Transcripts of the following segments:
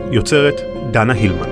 יוצרת דנה הילמן.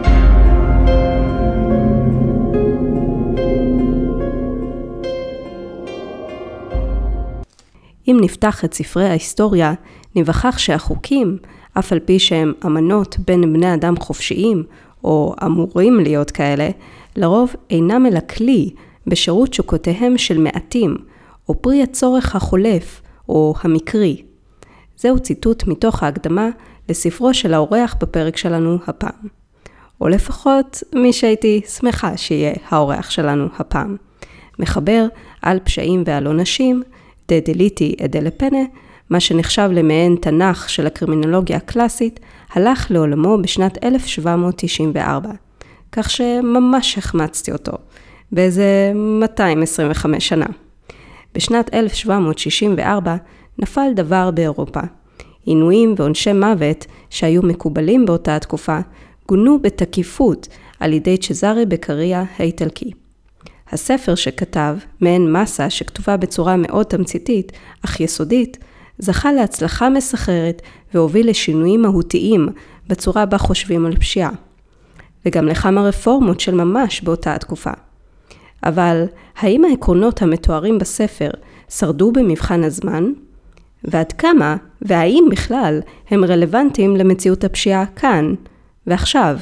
אם נפתח את ספרי ההיסטוריה, נבחר שהחוקים, אף על פי שהם אמנות בין בני אדם חופשיים, או אמורים להיות כאלה, לרוב אינם אלא כלי בשירות שוקותיהם של מעטים, או פרי הצורך החולף, או המקרי. זהו ציטוט מתוך ההקדמה לספרו של האורח בפרק שלנו הפעם. או לפחות מי שהייתי שמחה שיהיה האורח שלנו הפעם. מחבר על פשעים ועל עונשים, דה דליטי אדה לפנה, מה שנחשב למעין תנ"ך של הקרימינולוגיה הקלאסית, הלך לעולמו בשנת 1794, כך שממש החמצתי אותו, באיזה 225 שנה. בשנת 1764 נפל דבר באירופה. עינויים ועונשי מוות שהיו מקובלים באותה התקופה, גונו בתקיפות על ידי צ'זארה בקריה האיטלקי. הספר שכתב, מעין מסה שכתובה בצורה מאוד תמציתית, אך יסודית, זכה להצלחה מסחררת והוביל לשינויים מהותיים בצורה בה חושבים על פשיעה. וגם לכמה רפורמות של ממש באותה התקופה. אבל האם העקרונות המתוארים בספר שרדו במבחן הזמן? ועד כמה, והאם בכלל, הם רלוונטיים למציאות הפשיעה כאן ועכשיו?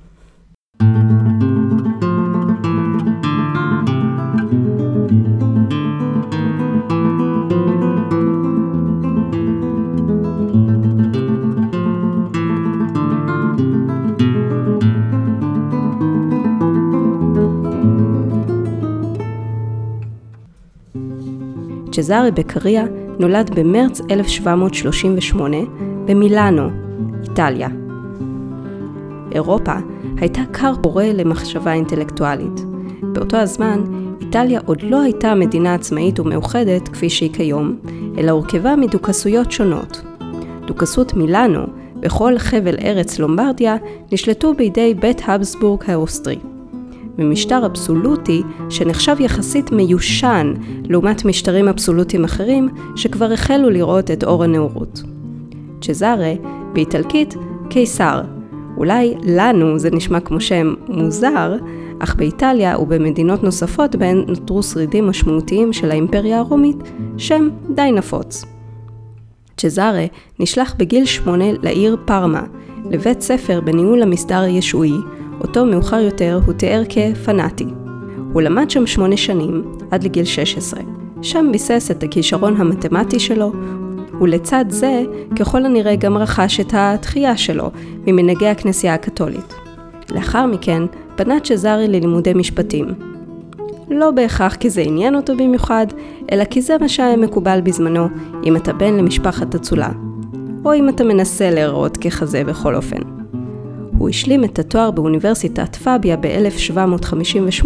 צ'זארה בקריה נולד במרץ 1738 במילאנו, איטליה. אירופה הייתה כר פורה למחשבה אינטלקטואלית. באותו הזמן, איטליה עוד לא הייתה מדינה עצמאית ומאוחדת כפי שהיא כיום, אלא הורכבה מדוכסויות שונות. דוכסות מילאנו בכל חבל ארץ לומברדיה נשלטו בידי בית הבסבורג האוסטרי. במשטר אבסולוטי שנחשב יחסית מיושן לעומת משטרים אבסולוטיים אחרים שכבר החלו לראות את אור הנאורות. צ'זארה, באיטלקית, קיסר. אולי לנו זה נשמע כמו שם מוזר, אך באיטליה ובמדינות נוספות בהן נותרו שרידים משמעותיים של האימפריה הרומית, שם די נפוץ. צ'זארה נשלח בגיל 8 לעיר פרמה, לבית ספר בניהול המסדר הישועי, אותו מאוחר יותר הוא תיאר כפנאטי. הוא למד שם 8 שנים, עד לגיל 16. שם ביסס את הכישרון המתמטי שלו, ולצד זה, ככל הנראה גם רכש את התחייה שלו ממנהגי הכנסייה הקתולית. לאחר מכן, פנה צ'זארה ללימודי משפטים. לא בהכרח כי זה עניין אותו במיוחד, אלא כי זה מה שהיה מקובל בזמנו, אם אתה בן למשפחת אצולה, או אם אתה מנסה להיראות ככזה בכל אופן. הוא השלים את התואר באוניברסיטת פאביה ב-1758,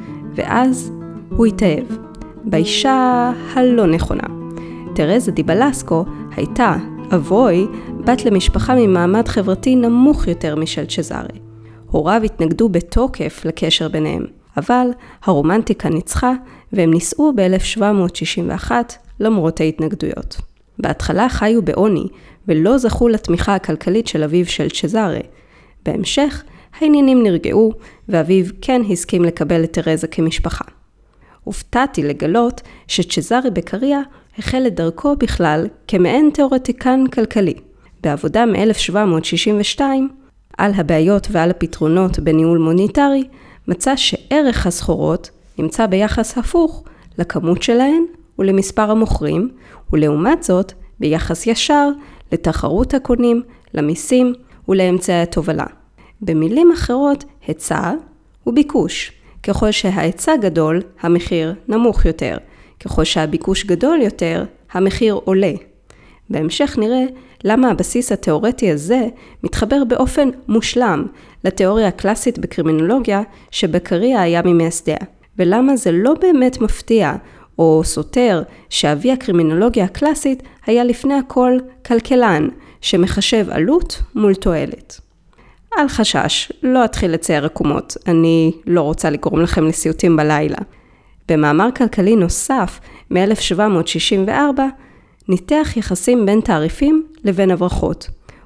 ואז הוא התאהב באישה הלא נכונה. תרזה די בלסקו הייתה, אבוי, בת למשפחה ממעמד חברתי נמוך יותר משל צ'זארה. הוריו התנגדו בתוקף לקשר ביניהם, אבל הרומנטיקה ניצחה והם נישאו ב-1761 למרות ההתנגדויות. בהתחלה חיו בעוני ולא זכו לתמיכה הכלכלית של אביו של צ'זארה. בהמשך, העניינים נרגעו, ואביו כן הסכים לקבל את תרזה כמשפחה. הופתעתי לגלות שצ'זארה בקריה החל את דרכו בכלל כמעין תיאורטיקן כלכלי. בעבודה מ-1762, על הבעיות ועל הפתרונות בניהול מוניטרי, מצא שערך הסחורות נמצא ביחס הפוך לכמות שלהן ולמספר המוכרים, ולעומת זאת ביחס ישר לתחרות הקונים, למיסים, ולאמצעי התובלה. במילים אחרות, היצע וביקוש. ככל שההיצע גדול, המחיר נמוך יותר. ככל שהביקוש גדול יותר, המחיר עולה. בהמשך נראה למה הבסיס התיאורטי הזה מתחבר באופן מושלם לתיאוריה הקלאסית בקרימינולוגיה שבקריה היה ממייסדיה. ולמה זה לא באמת מפתיע או סותר שאבי הקרימינולוגיה הקלאסית היה לפני הכל כלכלן, שמחשב עלות מול תועלת. אל חשש, לא אתחיל לצייר עקומות, אני לא רוצה לגרום לכם לסיוטים בלילה. במאמר כלכלי נוסף מ-1764, ניתח יחסים בין תעריפים לבין הברחות.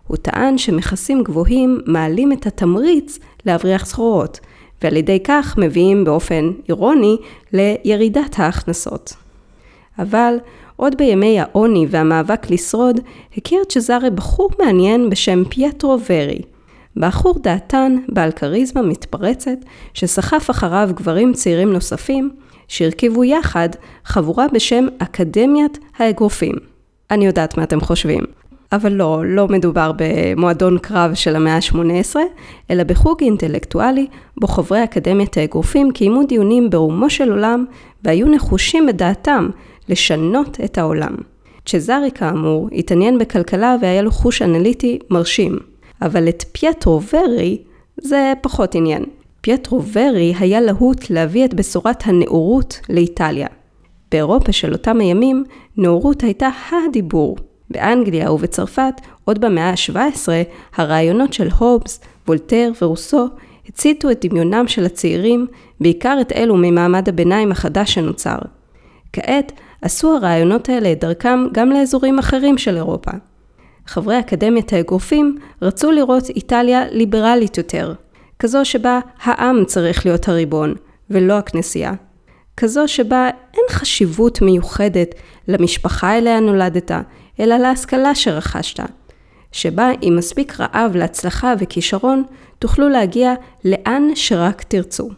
הוא טען שמכסים גבוהים מעלים את התמריץ להבריח סחורות, ועל ידי כך מביאים באופן אירוני לירידת ההכנסות. אבל עוד בימי העוני והמאבק לשרוד, הכיר צ'זארה בחור מעניין בשם פייטרו ורי. בחור דעתן, בעל קריזמה מתפרצת, שסחף אחריו גברים צעירים נוספים, שהרכיבו יחד חבורה בשם אקדמיית האגרופים. אני יודעת מה אתם חושבים. אבל לא מדובר במועדון קרב של המאה ה-18, אלא בחוג אינטלקטואלי, בו חברי אקדמיית האגרופים קיימו דיונים ברומו של עולם, והיו נחושים בדעתם לשנות את העולם. צ'זארה כאמור התעניין בכלכלה והיה לו חוש אנליטי מרשים, אבל את פייטרו ורי זה פחות עניין. פייטרו ורי היה להוט להביא את בשורת הנאורות לאיטליה. באירופה של אותם הימים, נאורות הייתה הדיבור. באנגליה ובצרפת, עוד במאה ה-17, הרעיונות של הובס, וולטר ורוסו הציתו את דמיונם של הצעירים, בעיקר את אלו ממעמד הביניים החדש שנוצר. כעת עשו הרעיונות האלה את דרכם גם לאזורים אחרים של אירופה. חברי אקדמיית האגרופים רצו לראות איטליה ליברלית יותר, כזו שבה העם צריך להיות הריבון, ולא הכנסייה. כזו שבה אין חשיבות מיוחדת למשפחה אליה נולדת, אלא להשכלה שרכשת. שבה עם מספיק רעב להצלחה וכישרון, תוכלו להגיע לאן שרק תרצו.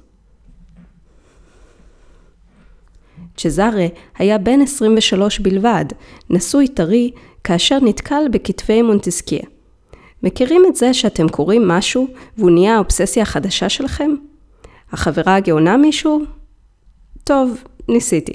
צ'זארה היה בן 23 בלבד, נשוי טרי, כאשר נתקל בכתבי מונטסקיה. מכירים את זה שאתם קוראים משהו והוא נהיה האובססיה החדשה שלכם? החברה הגאונה מישהו? טוב, ניסיתי.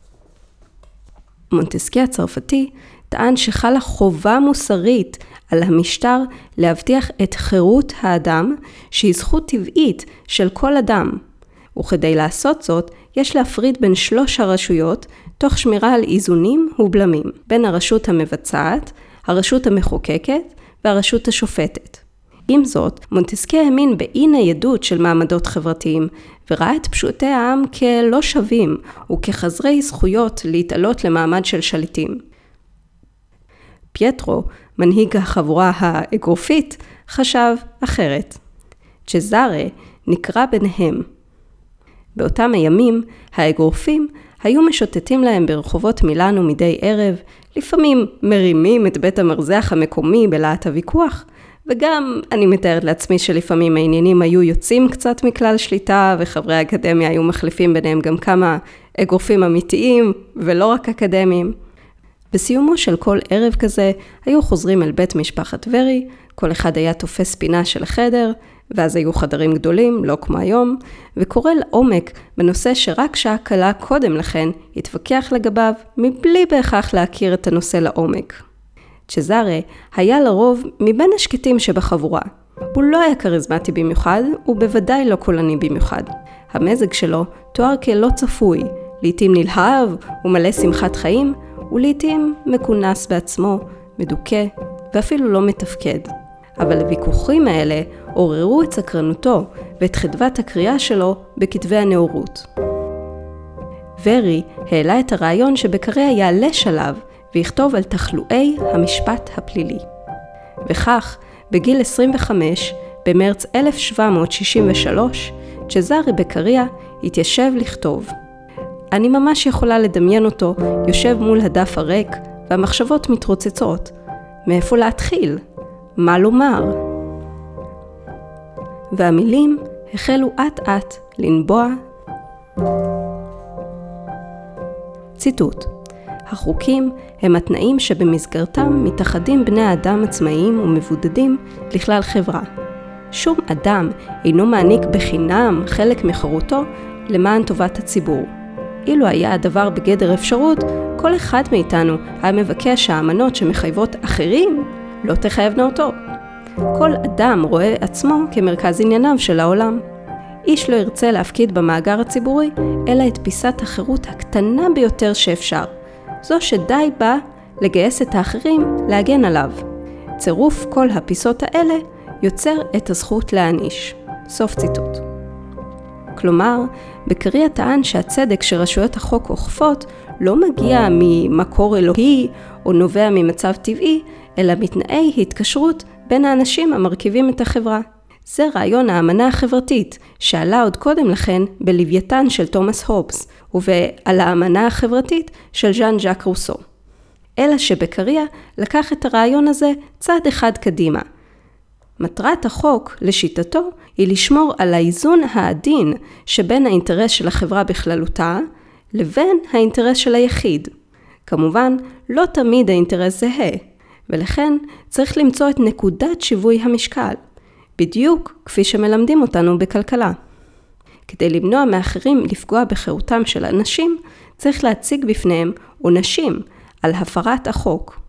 מונטסקיה הצרפתי טען שחלה חובה מוסרית על המשטר להבטיח את חירות האדם, שהיא זכות טבעית של כל אדם. וכדי לעשות זאת, יש להפריד בין 3 הרשויות, תוך שמירה על איזונים ובלמים, בין הרשות המבצעת, הרשות המחוקקת והרשות השופטת. עם זאת, מונטסקיה האמין באי ניידות של מעמדות חברתיים, וראה את פשוטי העם כלא שווים, וכחזרי זכויות להתעלות למעמד של שליטים. פייטרו, מנהיג החבורה האגרופית, חשב אחרת. צ'זארה נקרא ביניהם. באותם הימים, האגרופים היו משוטטים להם ברחובות מילאנו מדי ערב, לפעמים מרימים את בית המרזח המקומי בלהט הוויכוח, וגם אני מתארת לעצמי שלפעמים העניינים היו יוצאים קצת מכלל שליטה, וחברי האקדמיה היו מחליפים ביניהם גם כמה אגרופים אמיתיים ולא רק אקדמיים. בסיומו של כל ערב כזה, היו חוזרים אל בית משפחת ורי, כל אחד היה תופס פינה של החדר, ואז היו חדרים גדולים, לא כמו היום, וקורא לעומק בנושא שרק שעה קלה קודם לכן התווכח לגביו, מבלי בהכרח להכיר את הנושא לעומק. צ'זארה היה לרוב מבין השקטים שבחבורה. הוא לא היה קריזמטי במיוחד, ובוודאי לא קולני במיוחד. המזג שלו תואר כלא צפוי, לעתים נלהב ומלא שמחת חיים, ולעתים מכונס בעצמו, מדוכא, ואפילו לא מתפקד. אבל הוויכוחים האלה עוררו את סקרנותו ואת חדוות הקריאה שלו בכתבי הנאורות. ורי העלה את הרעיון שבקריה יעלה שלב ויכתוב על תחלואי המשפט הפלילי. וכך, בגיל 25, במרץ 1763, צ'זארה בקריה התיישב לכתוב. אני ממש יכולה לדמיין אותו יושב מול הדף הריק והמחשבות מתרוצצות. מאיפה להתחיל? מה לומר? והמילים החלו אט-אט לנבוע. ציטוט: החוקים הם התנאים שבמסגרתם מתאחדים בני האדם עצמאיים ומבודדים לכלל חברה. שום אדם אינו מעניק בחינם חלק מחירותו למען טובת הציבור. אילו היה הדבר בגדר אפשרות, כל אחד מאיתנו היה מבקש שהאמנות שמחייבות אחרים לא תחייבנה אותו. כל אדם רואה עצמו כמרכז ענייניו של העולם. איש לא ירצה להפקיד במאגר הציבורי, אלא את פיסת החירות הקטנה ביותר שאפשר. זו שדי בה לגייס את האחרים להגן עליו. צירוף כל הפיסות האלה יוצר את הזכות להעניש. סוף ציטוט. כלומר, בקריה טען שהצדק שרשויות החוק אוכפות לא מגיע ממקור אלוהי או נובע ממצב טבעי, אלא מתנאי התקשרות בין האנשים המרכיבים את החברה. זה רעיון האמנה החברתית, שעלה עוד קודם לכן בלוויתן של תומאס הובס, ועל האמנה החברתית של ז'אן ז'אק רוסו. אלא שבקריה לקח את הרעיון הזה צעד אחד קדימה. מטרת החוק, לשיטתו, היא לשמור על האיזון העדין שבין האינטרס של החברה בכללותה, לבין האינטרס של היחיד. כמובן, לא תמיד האינטרס זהה, ולכן צריך למצוא את נקודת שיווי המשקל, בדיוק כפי שמלמדים אותנו בכלכלה. כדי למנוע מאחרים לפגוע בחירותם של אנשים, צריך להציג בפניהם עונשים על הפרת החוק.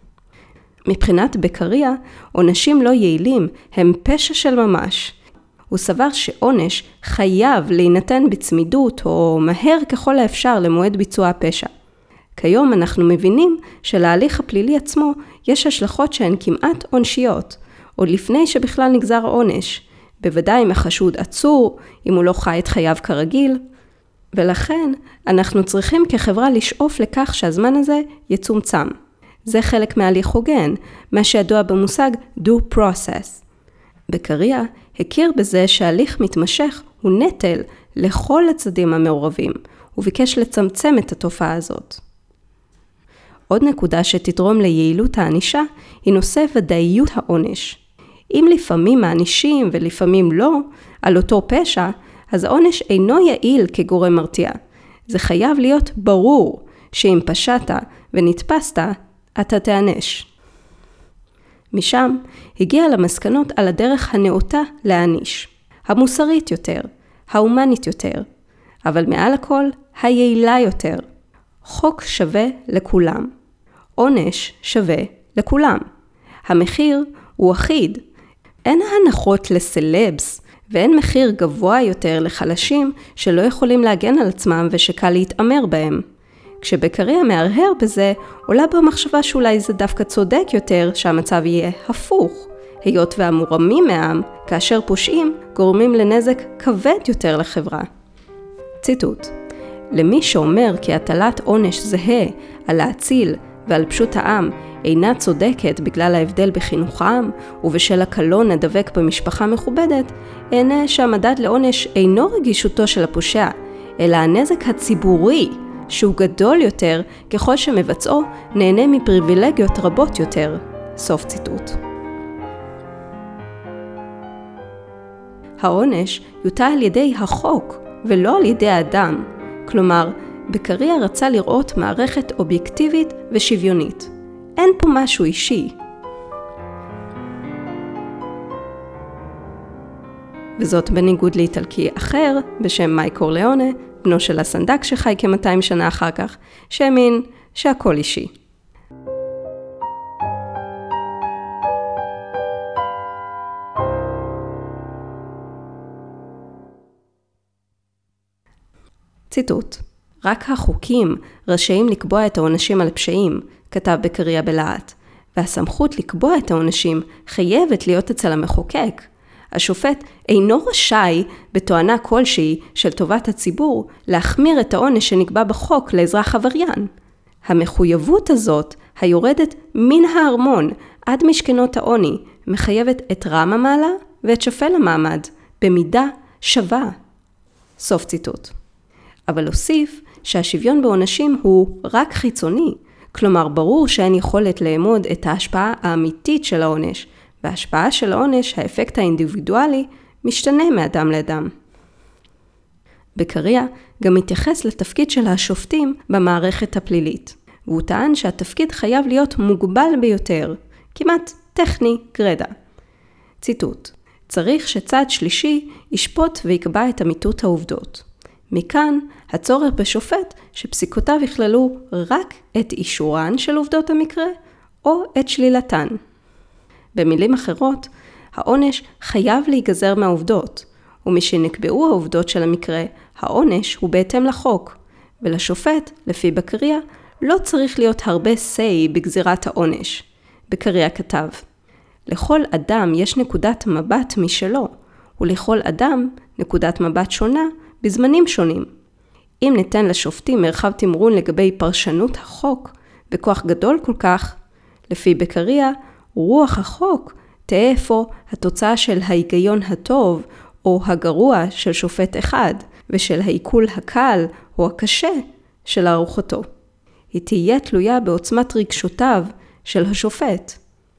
מבחינת בקריה, עונשים לא יעילים הם פשע של ממש. הוא סבר שעונש חייב להינתן בצמידות או מהר ככל האפשר למועד ביצוע הפשע. כיום אנחנו מבינים שלהליך הפלילי עצמו יש השלכות שהן כמעט עונשיות, עוד לפני שבכלל נגזר עונש, בוודאי אם החשוד עצור, אם הוא לא חי את חייו כרגיל, ולכן אנחנו צריכים כחברה לשאוף לכך שהזמן הזה יצומצם. זה חלק מהליך הוגן, מה שידוע במושג due process. בקריה הכיר בזה שההליך מתמשך הוא נטל לכל הצדדים המעורבים, וביקש לצמצם את התופעה הזאת. עוד נקודה שתתרום ליעילות הענישה היא נושא ודאיות העונש. אם לפעמים מענישים ולפעמים לא על אותו פשע, אז העונש אינו יעיל כגורם מרתיע. זה חייב להיות ברור שאם פשעת ונתפסת, אתה תענש. משם הגיע למסקנות על הדרך הנאותה להעניש, המוסרית יותר, ההומנית יותר, אבל מעל הכל היעילה יותר. חוק שווה לכולם. עונש שווה לכולם. המחיר הוא אחיד. אין הנחות לסלבס, ואין מחיר גבוה יותר לחלשים שלא יכולים להגן על עצמם ושקל להתאמר בהם. כשבקריה מהרהר בזה, עולה במחשבה שאולי זה דווקא צודק יותר שהמצב יהיה הפוך, היות והמורמים מעם, כאשר פושעים, גורמים לנזק כבד יותר לחברה. ציטוט: למי שאומר כי הטלת עונש זהה על האציל ועל פשוט העם אינה צודקת בגלל ההבדל בחינוך העם ובשל הקלון הדבק במשפחה מכובדת, אענה שהמדד לעונש אינו רגישותו של הפושע, אלא הנזק הציבורי, שהוא גדול יותר ככל שמבצעו נהנה מפריבילגיות רבות יותר. סוף ציטוט. העונש יוטל על ידי החוק ולא על ידי האדם. כלומר, בקריה רצה לראות מערכת אובייקטיבית ושוויונית. אין פה משהו אישי. וזאת בניגוד לאיטלקי אחר בשם מייק קורליאונה, בנו של הסנדק שחי כ-200 שנה אחר כך, שהאמין שהכל אישי. ציטוט: רק החוקים רשאים לקבוע את העונשים על פשעים, כתב בקריה בלהט, והסמכות לקבוע את העונשים חייבת להיות אצל המחוקק. השופט אינו רשאי, בתואנה כלשהי של טובת הציבור, להחמיר את העונש שנקבע בחוק לאזרח עבריין. המחויבות הזאת, היורדת מן הארמון עד משכנות העוני, מחייבת את רם המעלה ואת שפל המעמד, במידה שווה. סוף ציטוט. אבל הוסיף שהשוויון בעונשים הוא רק חיצוני, כלומר ברור שאין יכולת לאמוד את ההשפעה האמיתית של העונש, וההשפעה של העונש, האפקט האינדיבידואלי, משתנה מאדם לאדם. בקריה גם מתייחס לתפקיד של השופטים במערכת הפלילית, והוא טען שהתפקיד חייב להיות מוגבל ביותר, כמעט טכני גרדה. ציטוט: צריך שצד שלישי ישפוט ויקבע את אמיתות העובדות. מכאן הצורך בשופט שפסיקותיו יכללו רק את אישורן של עובדות המקרה או את שלילתן. במילים אחרות, העונש חייב להיגזר מהעובדות, ומשנקבעו העובדות של המקרה, העונש הוא בהתאם לחוק, ולשופט, לפי בקריה, לא צריך להיות הרבה say בגזירת העונש. בקריה כתב: לכל אדם יש נקודת מבט משלו, ולכל אדם נקודת מבט שונה בזמנים שונים. אם ניתן לשופטים מרחב תמרון לגבי פרשנות החוק, בכוח גדול כל כך, לפי בקריה, רוח החוק תהא אפוא התוצאה של ההיגיון הטוב או הגרוע של שופט אחד, ושל העיכול הקל או הקשה של ארוחתו. היא תהיה תלויה בעוצמת רגשותיו של השופט.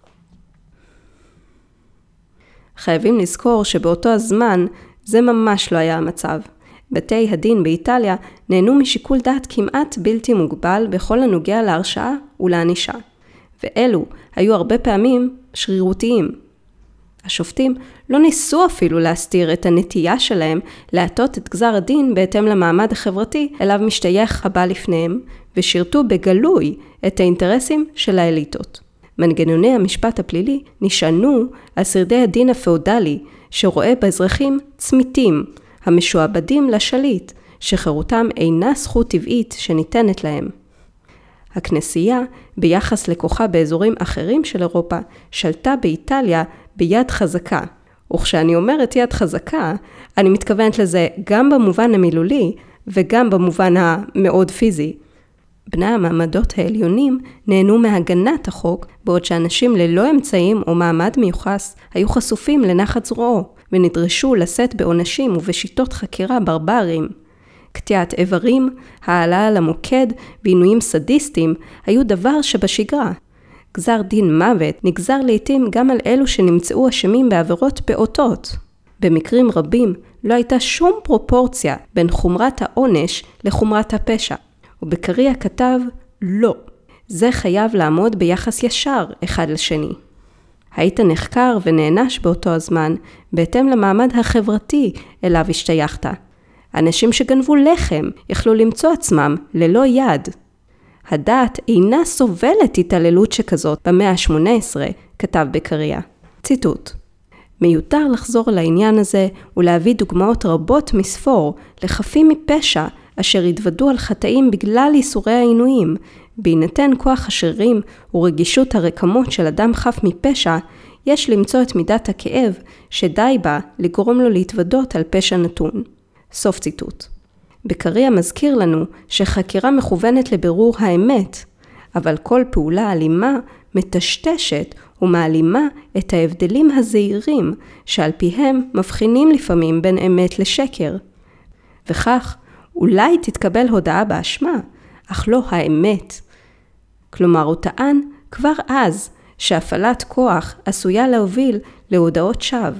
חייבים לזכור שבאותו הזמן זה ממש לא היה המצב. בתי הדין באיטליה נהנו משיקול דעת כמעט בלתי מוגבל בכל הנוגע להרשעה ולענישה, ואלו היו הרבה פעמים שרירותיים. השופטים לא ניסו אפילו להסתיר את הנטייה שלהם להטות את גזר הדין בהתאם למעמד החברתי אליו משתייך הבא לפניהם, ושירתו בגלוי את האינטרסים של האליטות. מנגנוני המשפט הפלילי נשענו על שרידי הדין הפאודלי, שרואה באזרחים צמיתים, המשועבדים לשליט, שחירותם אינה זכות טבעית שניתנת להם. הכנסייה, ביחס לכוחה באזורים אחרים של אירופה, שלטה באיטליה ביד חזקה. וכשאני אומרת יד חזקה, אני מתכוונת לזה גם במובן המילולי וגם במובן המאוד פיזי. בני המעמדות העליונים נהנו מהגנת החוק, בעוד שאנשים ללא אמצעים או מעמד מיוחס היו חשופים לנחת זרועו, ונדרשו לשאת בעונשים ובשיטות חקירה ברברים. קטיעת איברים, העלאה למוקד ועינויים סדיסטיים היו דבר שבשגרה. גזר דין מוות נגזר לעתים גם על אלו שנמצאו אשמים בעבירות פעוטות. במקרים רבים לא הייתה שום פרופורציה בין חומרת העונש לחומרת הפשע. ובקריה כתב, לא, זה חייב לעמוד ביחס ישר אחד לשני. היית נחקר ונענש באותו הזמן, בהתאם למעמד החברתי אליו השתייכת. אנשים שגנבו לחם יכלו למצוא עצמם ללא יד. הדת אינה סובלת התעללות שכזאת במאה ה-18, כתב בקריה. ציטוט: מיותר לחזור לעניין הזה ולהביא דוגמאות רבות מספור לחפים מפשע אשר התוודו על חטאים בגלל איסורי העינויים. בהינתן כוח השרירים ורגישות הרקמות של אדם חף מפשע, יש למצוא את מידת הכאב שדי בה לגרום לו להתוודות על פשע נתון. סוף ציטוט. בקריה מזכיר לנו שחקירה מכוונת לבירור האמת, אבל כל פעולה אלימה מטשטשת ומעלימה את ההבדלים הזהירים שעל פיהם מבחינים לפעמים בין אמת לשקר. וכך אולי תתקבל הודעה באשמה, אך לא האמת. כלומר, הוא טען כבר אז שהפעלת כוח עשויה להוביל להודעות שווא.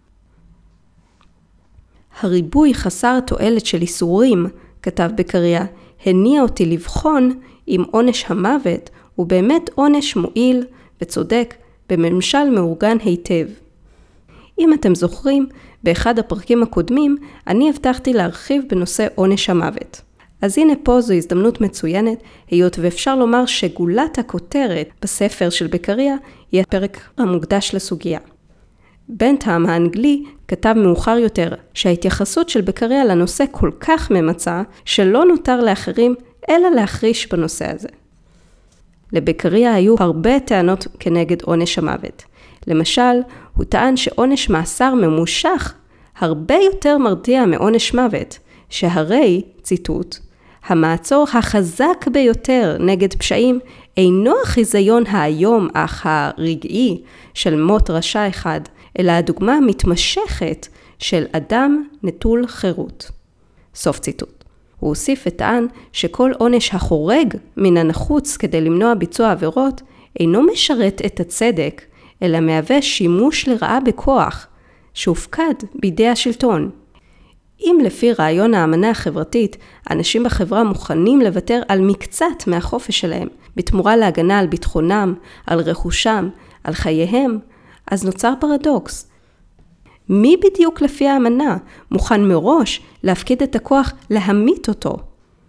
הריבוי חסר תועלת של איסורים, כתב בקריה, הניע אותי לבחון אם עונש המוות הוא באמת עונש מועיל וצודק בממשל מאורגן היטב. אם אתם זוכרים, באחד הפרקים הקודמים אני הבטחתי להרחיב בנושא עונש המוות. אז הנה פה זו הזדמנות מצוינת, היות ואפשר לומר שגולת הכותרת בספר של בקריה היא הפרק המוקדש לסוגיה. בנטהאם האנגלי כתב מאוחר יותר שההתייחסות של בקריה לנושא כל כך ממצה שלא נותר לאחרים אלא להחריש בנושא הזה. לבקריה היו הרבה טענות כנגד עונש המוות. למשל, הוא טען שעונש מאסר ממושך הרבה יותר מרתיע מעונש מוות, שהרי, ציטוט, המעצור החזק ביותר נגד פשעים אינו החיזיון היום אך הרגעי של מות רשע אחד, אלא הדוגמה המתמשכת של אדם נטול חירות. סוף ציטוט. הוא הוסיף וטען שכל עונש החורג מן הנחוץ כדי למנוע ביצוע עבירות אינו משרת את הצדק, אלא מהווה שימוש לרעה בכוח שהופקד בידי השלטון. אם לפי רעיון האמנה החברתית, אנשים בחברה מוכנים לוותר על מקצת מהחופש שלהם, בתמורה להגנה על ביטחונם, על רכושם, על חייהם, אז נוצר פרדוקס. מי בדיוק לפי האמנה מוכן מראש להפקיד את הכוח להמית אותו?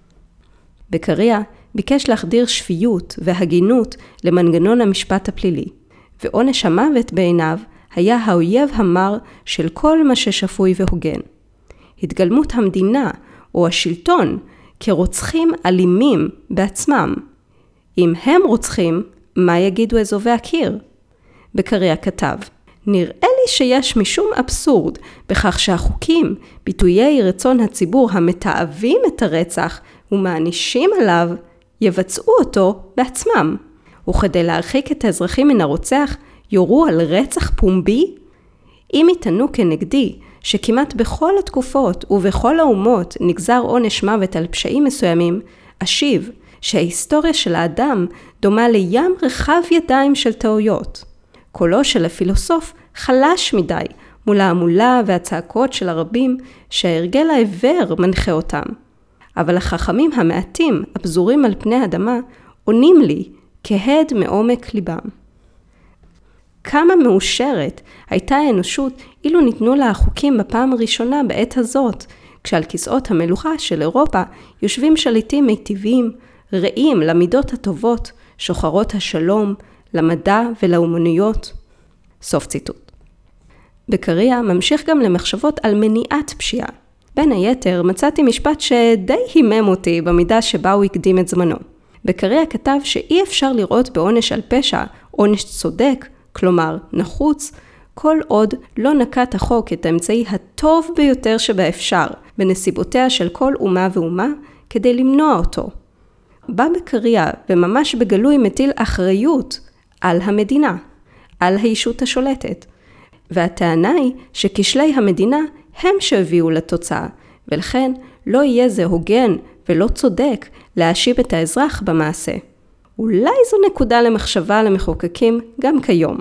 בקריה ביקש להחדיר שפיות והגינות למנגנון המשפט הפלילי, ועונש המוות בעיניו היה האויב המר של כל מה ששפוי והוגן. התגלמות המדינה או השלטון כרוצחים אלימים בעצמם. אם הם רוצחים, מה יגידו אזובי הקיר? בקריה כתב, נראה לי שיש משום אבסורד בכך שהחוקים, ביטויי רצון הציבור המתאבים את הרצח ומענישים עליו, יבצעו אותו בעצמם. וכדי להרחיק את האזרחים מן הרוצח, יורו על רצח פומבי? אם יטענו כנגדי שכמעט בכל התקופות ובכל האומות נגזר עונש מוות על פשעים מסוימים, אשיב שההיסטוריה של האדם דומה לים רחב ידיים של טעויות. קולו של הפילוסוף חלש מדי מול ההמולה והצעקות של הרבים שההרגל העיוור מנחה אותם. אבל החכמים המעטים הפזורים על פני האדמה עונים לי כהד מעומק ליבם. כמה מאושרת הייתה האנושות אילו ניתנו לה החוקים בפעם הראשונה בעת הזאת, כשעל כיסאות המלוכה של אירופה יושבים שליטים מיטיבים, רעים למידות הטובות, שוחרות השלום, למדע ולאומנויות. סוף ציטוט. בקריה ממשיך גם למחשבות על מניעת פשיעה. בין היתר מצאתי משפט שדי הימם אותי במידה שבה הוא הקדים את זמנו. בקריה כתב שאי אפשר לראות בעונש על פשע עונש צודק, כלומר נחוץ, כל עוד לא נקט החוק את האמצעי הטוב ביותר שבאפשר בנסיבותיה של כל אומה ואומה כדי למנוע אותו. בא בקריה וממש בגלוי מטיל אחריות על המדינה, על הישות השולטת. והטענה היא שכשלי המדינה הם שהביאו לתוצאה, ולכן לא יהיה זה הוגן ולא צודק להאשים את האזרח במעשה. אולי זו נקודה למחשבה למחוקקים גם כיום.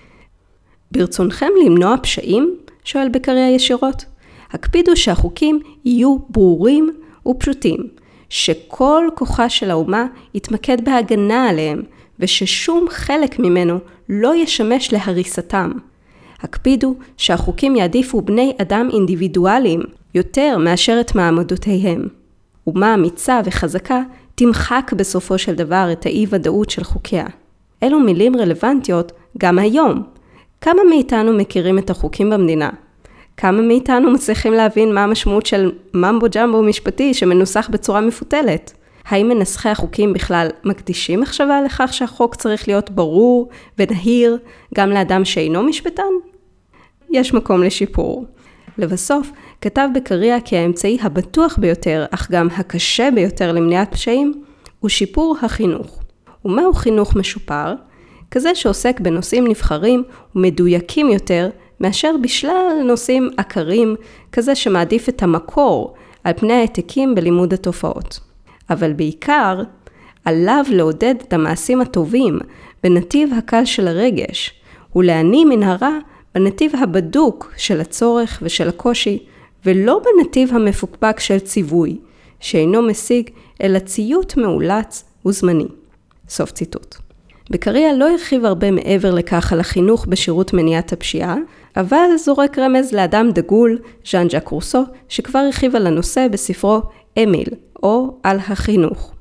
ברצונכם למנוע פשעים? שואל בקריה ישירות. הקפידו שהחוקים יהיו ברורים ופשוטים, שכל כוחה של האומה יתמקד בהגנה עליהם, וששום חלק ממנו לא ישמש להריסתם. הקפידו שהחוקים יעדיפו בני אדם אינדיבידואליים יותר מאשר את מעמדותיהם. אומה אמיצה וחזקה תמחק בסופו של דבר את האי-ודאות של חוקיה. אלו מילים רלוונטיות גם היום. כמה מאיתנו מכירים את החוקים במדינה? כמה מאיתנו מצליחים להבין מה המשמעות של ממבו ג'מבו משפטי שמנוסח בצורה מפותלת? האם מנסחי החוקים בכלל מקדישים מחשבה לכך שהחוק צריך להיות ברור ונהיר גם לאדם שאינו משפטן? יש מקום לשיפור. לבסוף, כתב בקריה כי האמצעי הבטוח ביותר, אך גם הקשה ביותר למניעת פשעים, הוא שיפור החינוך. ומהו חינוך משופר? כזה שעוסק בנושאים נבחרים ומדויקים יותר, מאשר בשלל נושאים עקרים, כזה שמעדיף את המקור על פני העתקים בלימוד התופעות. אבל בעיקר, עליו לעודד את המעשים הטובים בנתיב הקל של הרגש, ולהניע מנהרה בנתיב הבדוק של הצורך ושל הקושי, ולא בנתיב המפוקפק של ציווי, שאינו משיג אלא ציות מאולץ וזמני. סוף ציטוט. בקריה לא הרחיב הרבה מעבר לכך על החינוך בשירות מניעת הפשיעה, אבל זורק רמז לאדם דגול, ז'אן ז'אק רוסו, שכבר הרחיב על הנושא בספרו אמיל, או על החינוך.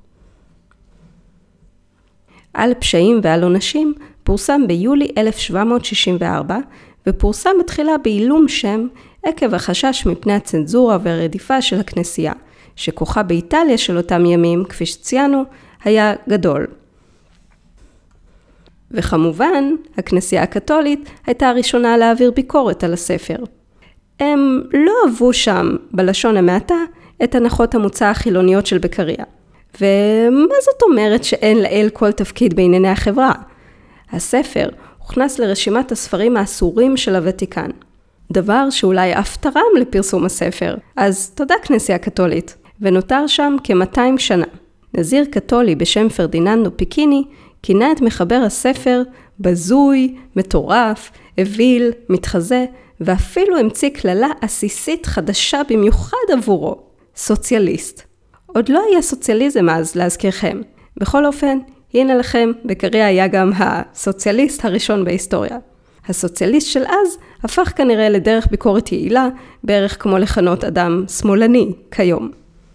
על פשעים ועל עונשים פורסם ביולי 1764, ופורסם בתחילה בעילום שם עקב החשש מפני הצנזורה והרדיפה של הכנסייה, שכוחה באיטליה של אותם ימים, כפי שציינו, היה גדול. וכמובן, הכנסייה הקתולית הייתה הראשונה להעביר ביקורת על הספר. הם לא אהבו שם, בלשון המעטה, את הנחות המוצא החילוניות של בקריה. ומה זאת אומרת שאין לאל כל תפקיד בענייני החברה? הספר הוכנס לרשימת הספרים האסורים של הוותיקן. דבר שאולי אף תרם לפרסום הספר. אז תודה כנסייה קתולית. ונותר שם כ-200 שנה. נזיר קתולי בשם פרדיננדו פיקיני כינה את מחבר הספר בזוי, מטורף, אוויל, מתחזה, ואפילו המציא כללה עסיסית חדשה במיוחד עבורו, סוציאליסט. עוד לא היה סוציאליזם אז, להזכירכם. בכל אופן, הנה לכם, בקריה היה גם הסוציאליסט הראשון בהיסטוריה. הסוציאליסט של אז הפך כנראה לדרך ביקורת יעילה, בערך כמו לכנות אדם שמאלני כיום.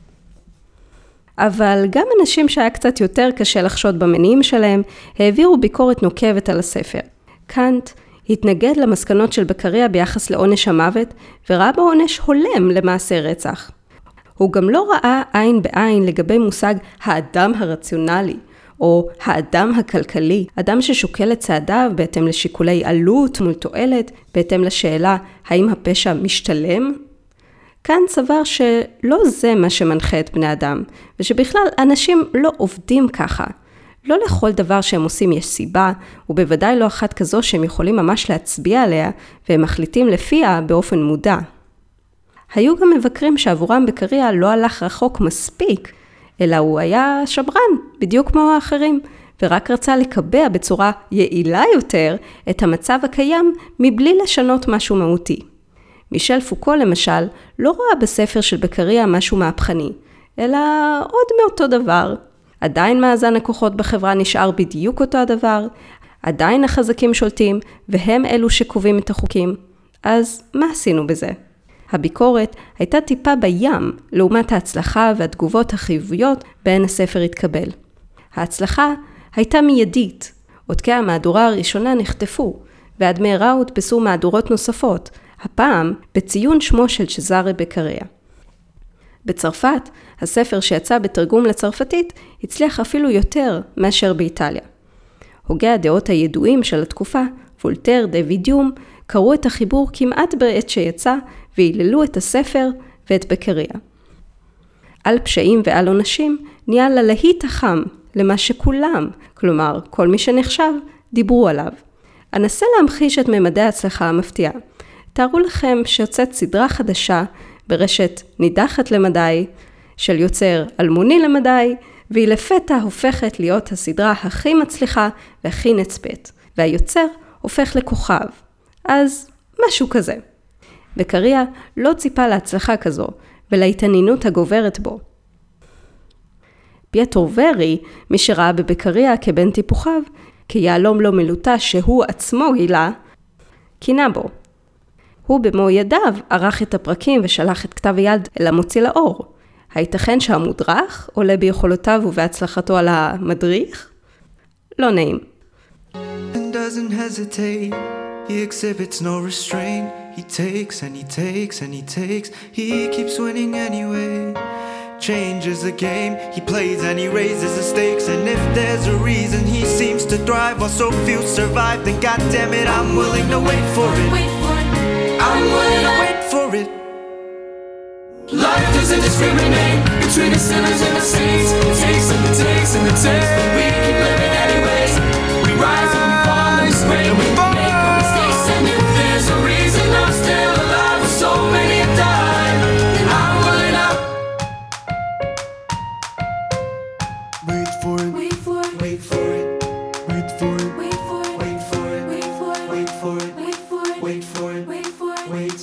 אבל גם אנשים שהיה קצת יותר קשה לחשוד במניעים שלהם, העבירו ביקורת נוקבת על הספר. קאנט התנגד למסקנות של בקריה ביחס לעונש המוות, וראה בעונש הולם למעשה רצח. הוא גם לא ראה עין בעין לגבי מושג האדם הרציונלי, או האדם הכלכלי, אדם ששוקל את צעדיו בהתאם לשיקולי עלות מול תועלת, בהתאם לשאלה האם הפשע משתלם. כאן סבר שלא זה מה שמנחה את בני אדם, ושבכלל אנשים לא עובדים ככה. לא לכל דבר שהם עושים יש סיבה, ובוודאי לא אחת כזו שהם יכולים ממש להצביע עליה, והם מחליטים לפיה באופן מודע. היו גם מבקרים שעבורם בקריה לא הלך רחוק מספיק, אלא הוא היה שברן, בדיוק כמו האחרים, ורק רצה לקבע בצורה יעילה יותר את המצב הקיים מבלי לשנות משהו מהותי. מישל פוקו למשל לא ראה בספר של בקריה משהו מהפכני, אלא עוד מאותו דבר. עדיין מאזן הכוחות בחברה נשאר בדיוק אותו הדבר, עדיין החזקים שולטים והם אלו שקובעים את החוקים. אז מה עשינו בזה? הביקורת הייתה טיפה בים לעומת ההצלחה והתגובות החיוביות בהן הספר התקבל. ההצלחה הייתה מיידית. עותקי המהדורה הראשונה נחטפו, ועד מהרה הודפסו מהדורות נוספות, הפעם בציון שמו של צ'זארה בקריה. בצרפת, הספר שיצא בתרגום לצרפתית הצליח אפילו יותר מאשר באיטליה. הוגי הדעות הידועים של התקופה, וולטר, דויד יום, קראו את החיבור כמעט בעת שיצא והיללו את הספר ואת בקריה. על פשעים ועל עונשים נהיה ללהיט החם למה שכולם, כלומר כל מי שנחשב, דיברו עליו. אנסה להמחיש את ממדי ההצלחה המפתיעה. תארו לכם שיוצאת סדרה חדשה ברשת נידחת למדי, של יוצר אלמוני למדי, והיא לפתע הופכת להיות הסדרה הכי מצליחה והכי נצפית, והיוצר הופך לכוכב. אז משהו כזה. בקריה לא ציפה להצלחה כזו, ולהתעניינות הגוברת בו. פייטרו ורי, מי שראה בבקריה כבן טיפוחיו, כיעלום לא מלוטה שהוא עצמו גילה, קינה בו. הוא במו ידיו ערך את הפרקים ושלח את כתב היד אל המוציא לאור. הייתכן שהמודרך עולה ביכולותיו ובהצלחתו על המדריך? לא נעים. Doesn't hesitate. He exhibits no restraint. He takes and he takes and he takes. He keeps winning anyway. Change is a game. He plays and he raises the stakes. And if there's a reason he seems to thrive while so few survive, then goddamn it, I'm willing to wait for it. I'm willing to wait for it. Life doesn't discriminate between the sinners and the saints. It takes and it takes and it takes, but we keep living anyways. We rise and we fall and we scream and we make our mistakes. And if there's a reason I'm still alive, and so many have died, then I'm willing to Wait for it. wait for it, Wait for it. Wait for it. wait for it, Wait for it. wait for it, Wait for it. wait for it, Wait for it. wait for it. Wait.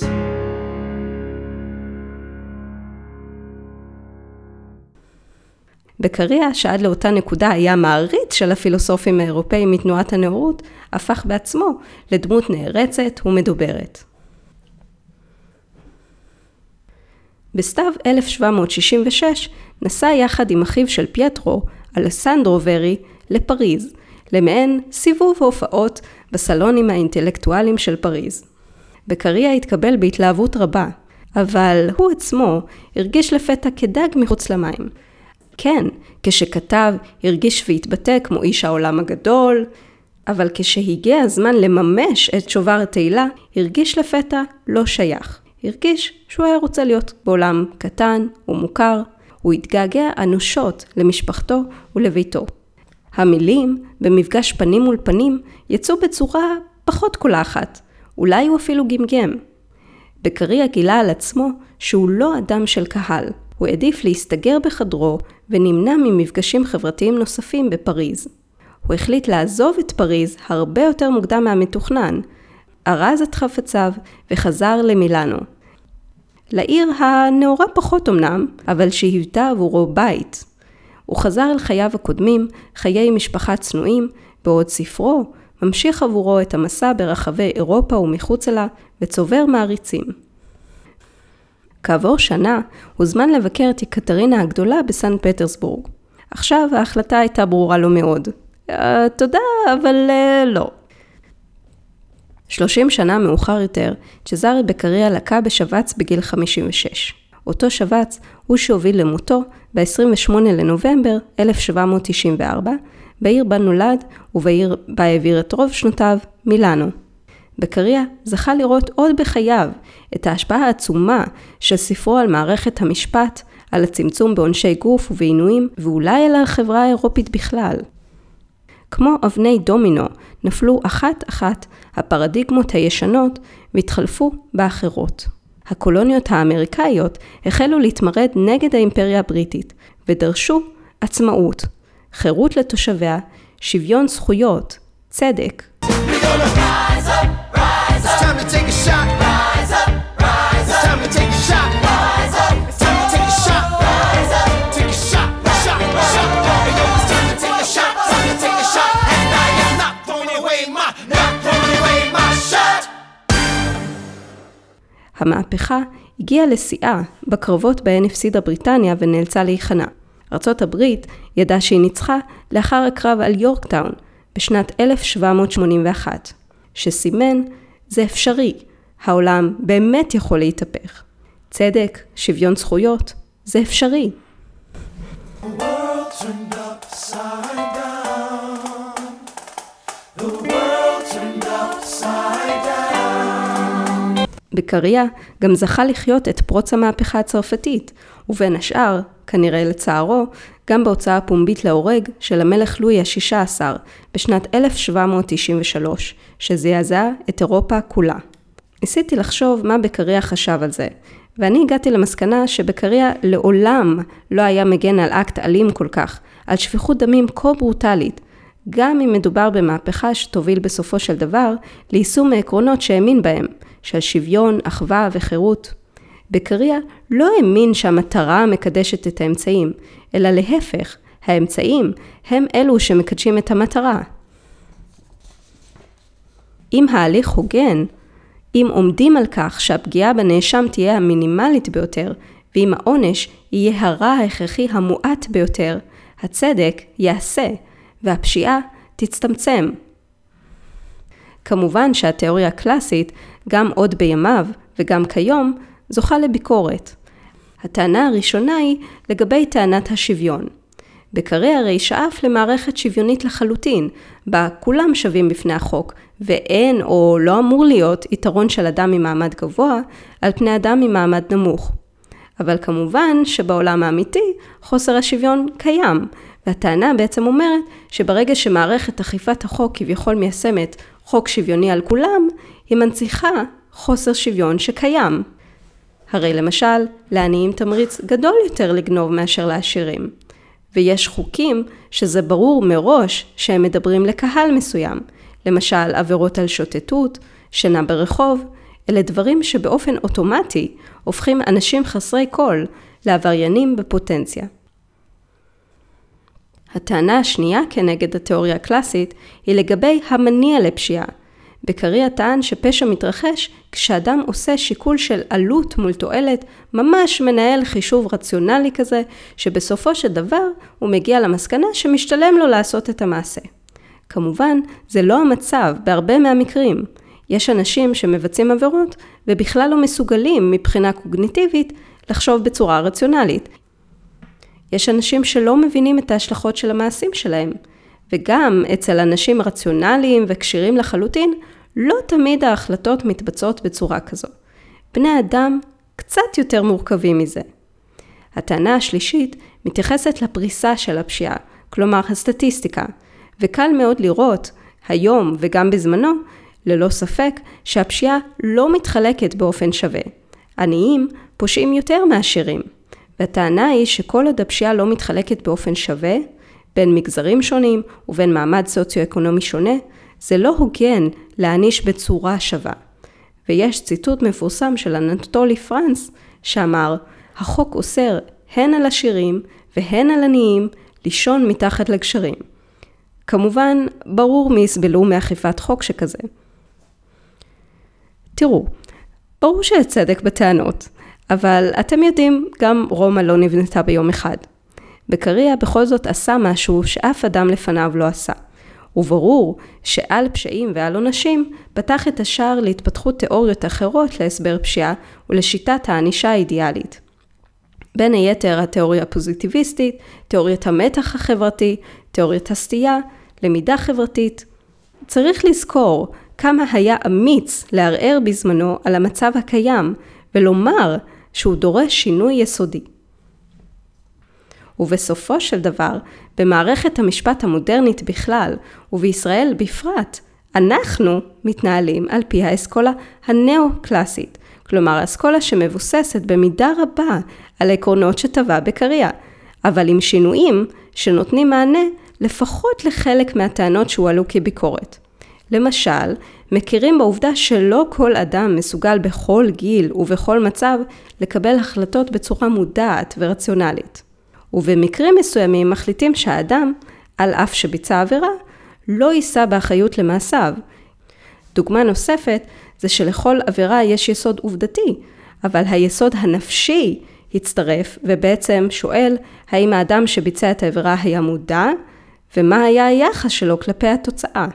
בקריה, שעד לאותה נקודה היה מעריץ של הפילוסופים האירופאים מתנועת הנאורות, הפך בעצמו לדמות נערצת ומדוברת. בסתיו 1766 נסע יחד עם אחיו של פייטרו, אלסנדרו ורי, לפריז, למעין סיבוב הופעות בסלונים האינטלקטואליים של פריז. בקריה התקבל בהתלהבות רבה, אבל הוא עצמו הרגיש לפתע כדג מחוץ למים. כן, כשכתב הרגיש והתבטא כמו איש העולם הגדול, אבל כשהגיע הזמן לממש את שובר התהילה, הרגיש לפתע לא שייך. הרגיש שהוא היה רוצה להיות בעולם קטן ומוכר, הוא התגעגע אנושות למשפחתו ולביתו. המילים במפגש פנים מול פנים יצאו בצורה פחות קולחת, אולי הוא אפילו גמגם. בקריה גילה על עצמו שהוא לא אדם של קהל. הוא העדיף להסתגר בחדרו ונמנע ממפגשים חברתיים נוספים בפריז. הוא החליט לעזוב את פריז הרבה יותר מוקדם מהמתוכנן, ארז את חפציו וחזר למילאנו. לעיר הנאורה פחות אמנם, אבל שהיוותה עבורו בית. הוא חזר אל חייו הקודמים, חיי משפחה צנועים, בעוד ספרו ממשיך עבורו את המסע ברחבי אירופה ומחוץ לה וצובר מעריצים. כעבור שנה הוזמן לבקר את יקטרינה הגדולה בסן פטרסבורג. עכשיו ההחלטה הייתה ברורה לו מאוד. תודה, אבל לא. 30 שנה מאוחר יותר, צ'זארה בקריה לקה בשבץ בגיל 56. אותו שבץ הוא שהוביל למותו ב-28 לנובמבר 1794, בעיר בה נולד ובעיר בה העביר את רוב שנותיו, מילאנו. בקריה זכה לראות עוד בחייו את ההשפעה העצומה של ספרו על מערכת המשפט, על הצמצום בעונשי גוף ובעינויים, ואולי על החברה האירופית בכלל. כמו אבני דומינו, נפלו אחת-אחת הפרדיגמות הישנות והתחלפו באחרות. הקולוניות האמריקאיות החלו להתמרד נגד האימפריה הבריטית ודרשו עצמאות, חירות לתושביה, שוויון זכויות, צדק. המהפכה הגיעה לשיאה בקרבות בהן הפסידה בריטניה ונאלצה להיכנע. ארצות הברית ידעה שהיא ניצחה לאחר הקרב על יורקטאון בשנת 1781, שסימן זה אפשרי, העולם באמת יכול להתהפך. צדק, שוויון זכויות, זה אפשרי. בקריה גם זכה לחיות את פרוץ המהפכה הצרפתית, ובין השאר, כנראה לצערו, גם בהוצאה פומבית להורג של המלך לואי ה-16 בשנת 1793, שזעזע את אירופה כולה. ניסיתי לחשוב מה בקריה חשב על זה, ואני הגעתי למסקנה שבקריה לעולם לא היה מגן על אקט אלים כל כך, על שפיכות דמים כה ברוטלית, גם אם מדובר במהפכה שתוביל בסופו של דבר ליישום העקרונות שהאמין בהם, של שוויון, אחווה וחירות. בקריה לא האמין שהמטרה מקדשת את האמצעים, אלא להפך, האמצעים הם אלו שמקדשים את המטרה. אם ההליך הוגן, אם עומדים על כך שהפגיעה בנאשם תהיה המינימלית ביותר, ואם העונש יהיה הרע ההכרחי המועט ביותר, הצדק יעשה, והפשיעה תצטמצם. כמובן שהתיאוריה הקלאסית, גם עוד בימיו וגם כיום, זוכה לביקורת. הטענה הראשונה היא לגבי טענת השוויון. בקריה הרי שאף למערכת שוויונית לחלוטין, בה כולם שווים בפני החוק, ואין או לא אמור להיות יתרון של אדם ממעמד גבוה על פני אדם ממעמד נמוך. אבל כמובן שבעולם האמיתי חוסר השוויון קיים, והטענה בעצם אומרת שברגע שמערכת אכיפת החוק כביכול מיישמת חוק שוויוני על כולם, היא מנציחה חוסר שוויון שקיים. הרי למשל, לעניים תמריץ גדול יותר לגנוב מאשר לעשירים. ויש חוקים שזה ברור מראש שהם מדברים לקהל מסוים. למשל, עבירות על שוטטות, שינה ברחוב, אלה דברים שבאופן אוטומטי הופכים אנשים חסרי קול לעבריינים בפוטנציה. הטענה השנייה כנגד התיאוריה הקלאסית היא לגבי המניע לפשיעה. בקריה טען שפשע מתרחש כשאדם עושה שיקול של עלות מול תועלת, ממש מנהל חישוב רציונלי כזה, שבסופו של דבר הוא מגיע למסקנה שמשתלם לו לעשות את המעשה. כמובן, זה לא המצב בהרבה מהמקרים. יש אנשים שמבצעים עבירות ובכלל לא מסוגלים מבחינה קוגניטיבית לחשוב בצורה רציונלית. יש אנשים שלא מבינים את ההשלכות של המעשים שלהם, וגם אצל אנשים רציונליים וקשירים לחלוטין, לא תמיד ההחלטות מתבצעות בצורה כזו. בני אדם קצת יותר מורכבים מזה. הטענה השלישית מתייחסת לפריסה של הפשיעה, כלומר הסטטיסטיקה, וקל מאוד לראות, היום וגם בזמנו, ללא ספק שהפשיעה לא מתחלקת באופן שווה. עניים פושעים יותר מעשירים. והטענה היא שכל עוד הפשיעה לא מתחלקת באופן שווה, בין מגזרים שונים ובין מעמד סוציו-אקונומי שונה, זה לא הוגן להעניש בצורה שווה. ויש ציטוט מפורסם של אנטולי פרנס, שאמר, החוק אוסר הן על עשירים והן על עניים לישון מתחת לגשרים. כמובן, ברור מי יסבלו מאכיפת חוק שכזה. תראו, ברור שיש צדק בטענות, אבל אתם יודעים, גם רומא לא נבנתה ביום אחד. בקריה בכל זאת עשה משהו שאף אדם לפניו לא עשה. וברור שעל פשעים ועל עונשים פתח את השער להתפתחות תיאוריות אחרות להסבר פשיעה ולשיטת הענישה האידיאלית. בין היתר התיאוריה הפוזיטיביסטית, תיאוריית המתח החברתי, תיאוריית הסטייה, למידה חברתית. צריך לזכור כמה היה אמיץ לערער בזמנו על המצב הקיים ולומר שהוא דורש שינוי יסודי. ובסופו של דבר, במערכת המשפט המודרנית בכלל, ובישראל בפרט, אנחנו מתנהלים על פי האסכולה הנאו-קלאסית, כלומר האסכולה שמבוססת במידה רבה על עקרונות שטבע בקריא, אבל עם שינויים שנותנים מענה לפחות לחלק מהטענות שהועלו כביקורת. למשל, מכירים בעובדה שלא כל אדם מסוגל בכל גיל ובכל מצב לקבל החלטות בצורה מודעת ורציונלית. ובמקרים מסוימים מחליטים שהאדם, על אף שביצע עבירה, לא יישא באחריות למעשיו. דוגמה נוספת זה שלכל עבירה יש יסוד עובדתי, אבל היסוד הנפשי הצטרף ובעצם שואל האם האדם שביצע את העבירה היה מודע, ומה היה היחס שלו כלפי התוצאה.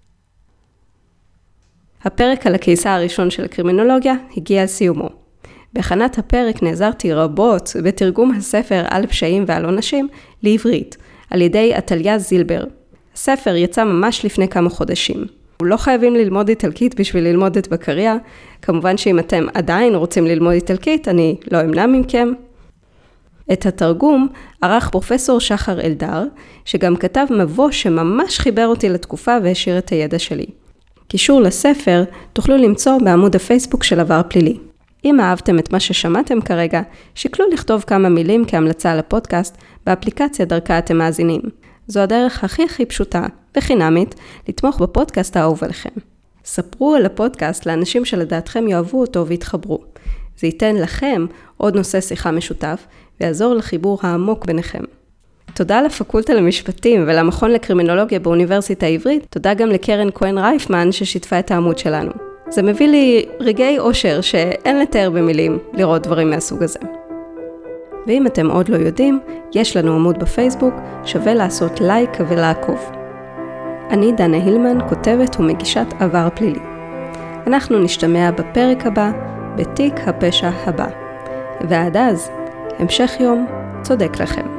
הפרק על הקיסר הראשון של הקרימינולוגיה הגיע לסיומו. בהכנת הפרק נעזרתי רבות בתרגום הספר על פשעים ועל עונשים לעברית, על ידי עתליה זילבר. הספר יצא ממש לפני כמה חודשים. לא חייבים ללמוד איטלקית בשביל ללמוד את בקריא. כמובן שאם אתם עדיין רוצים ללמוד איטלקית, אני לא אמנע מכם. את התרגום ערך פרופסור שחר אלדר, שגם כתב מבוא שממש חיבר אותי לתקופה והשאיר את הידע שלי. קישור לספר תוכלו למצוא בעמוד הפייסבוק של עבר פלילי. אם אהבתם את מה ששמעתם כרגע, שקלו לכתוב כמה מילים כהמלצה לפודקאסט באפליקציה דרכה אתם מאזינים. זו הדרך הכי פשוטה וחינמית לתמוך בפודקאסט האהוב עליכם. ספרו על הפודקאסט לאנשים שלדעתכם יאהבו אותו ויתחברו. זה ייתן לכם עוד נושא שיחה משותף ויעזור לחיבור העמוק ביניכם. תודה לפקולטה למשפטים ולמכון לקרימינולוגיה באוניברסיטה העברית. תודה גם לקרן כהן רייפמן ששיתפה את העמוד שלנו. זה מביא לי רגעי אושר שאין לתאר במילים לראות דברים מהסוג הזה. ואם אתם עוד לא יודעים, יש לנו עמוד בפייסבוק, שווה לעשות לייק ולעקוב. אני דנה הילמן, כותבת ומגישת עבר פלילי. אנחנו נשתמע בפרק הבא, בתיק הפשע הבא. ועד אז, המשך יום צודק לכם.